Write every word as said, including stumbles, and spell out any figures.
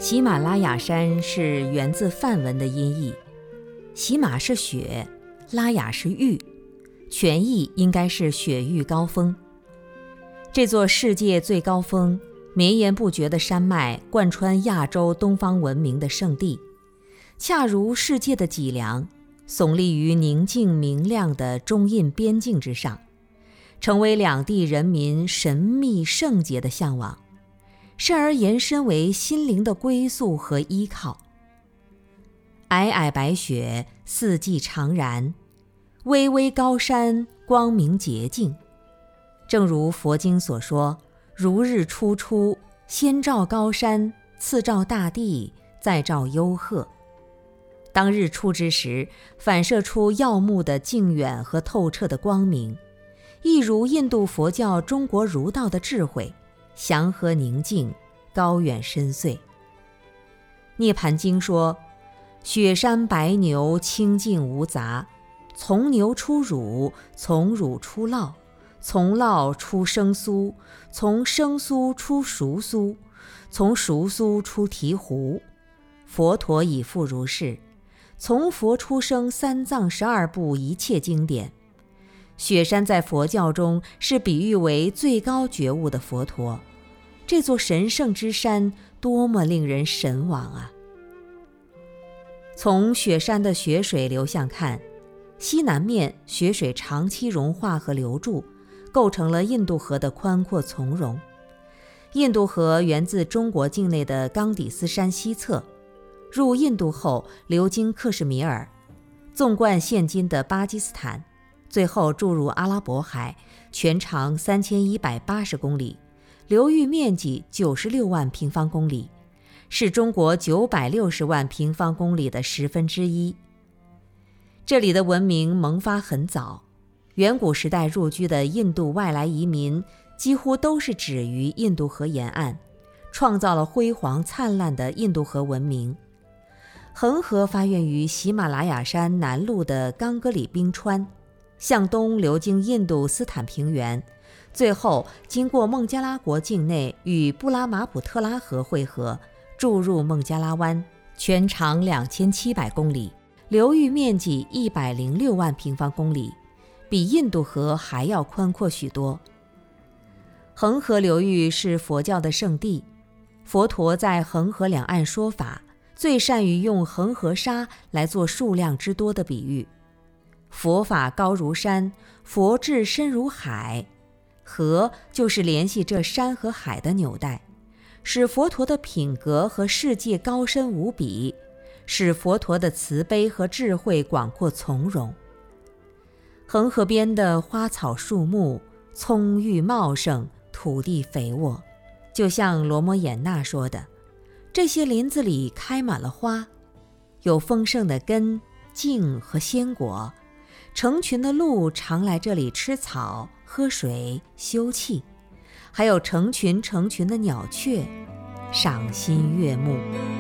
喜马拉雅山是源自梵文的音译，喜马是雪，拉雅是玉，全译应该是雪域高峰。这座世界最高峰，绵延不绝的山脉贯穿亚洲东方文明的圣地，恰如世界的脊梁，耸立于宁静明亮的中印边境之上，成为两地人民神秘圣洁的向往，甚而延伸为心灵的归宿和依靠。皑皑白雪，四季常然，巍巍高山，光明洁净。正如佛经所说，如日初出，先照高山，次照大地，再照幽壑。当日出之时，反射出耀目的静远和透彻的光明，亦如印度佛教中国儒道的智慧，祥和宁静，高远深邃。涅盘经说，雪山白牛清净无杂，从牛出乳，从乳出酪，从酪出生酥，从生酥出熟酥，从熟酥出醍醐。佛陀已复如是，从佛出生三藏十二部一切经典。雪山在佛教中是比喻为最高觉悟的佛陀，这座神圣之山多么令人神往啊！从雪山的雪水流向看，西南面雪水长期融化和流注，构成了印度河的宽阔从容。印度河源自中国境内的冈底斯山西侧，入印度后流经克什米尔，纵贯现今的巴基斯坦，最后注入阿拉伯海，全长三千一百八十公里，流域面积九十六万平方公里，是中国九百六十万平方公里的十分之一。这里的文明萌发很早，远古时代入居的印度外来移民几乎都是止于印度河沿岸，创造了辉煌灿烂的印度河文明。恒河发源于喜马拉雅山南麓的冈格里冰川，向东流经印度斯坦平原，最后经过孟加拉国境内与布拉马普特拉河汇合，注入孟加拉湾，全长两千七百公里，流域面积一百零六万平方公里，比印度河还要宽阔许多。恒河流域是佛教的圣地，佛陀在恒河两岸说法，最善于用恒河沙来做数量之多的比喻。佛法高如山，佛智深如海，河就是联系这山和海的纽带，使佛陀的品格和世界高深无比，使佛陀的慈悲和智慧广阔从容。恒河边的花草树木葱郁茂盛，土地肥沃，就像罗摩衍那说的，这些林子里开满了花，有丰盛的根、茎和鲜果，成群的鹿常来这里吃草、喝水、休憩，还有成群成群的鸟雀，赏心悦目。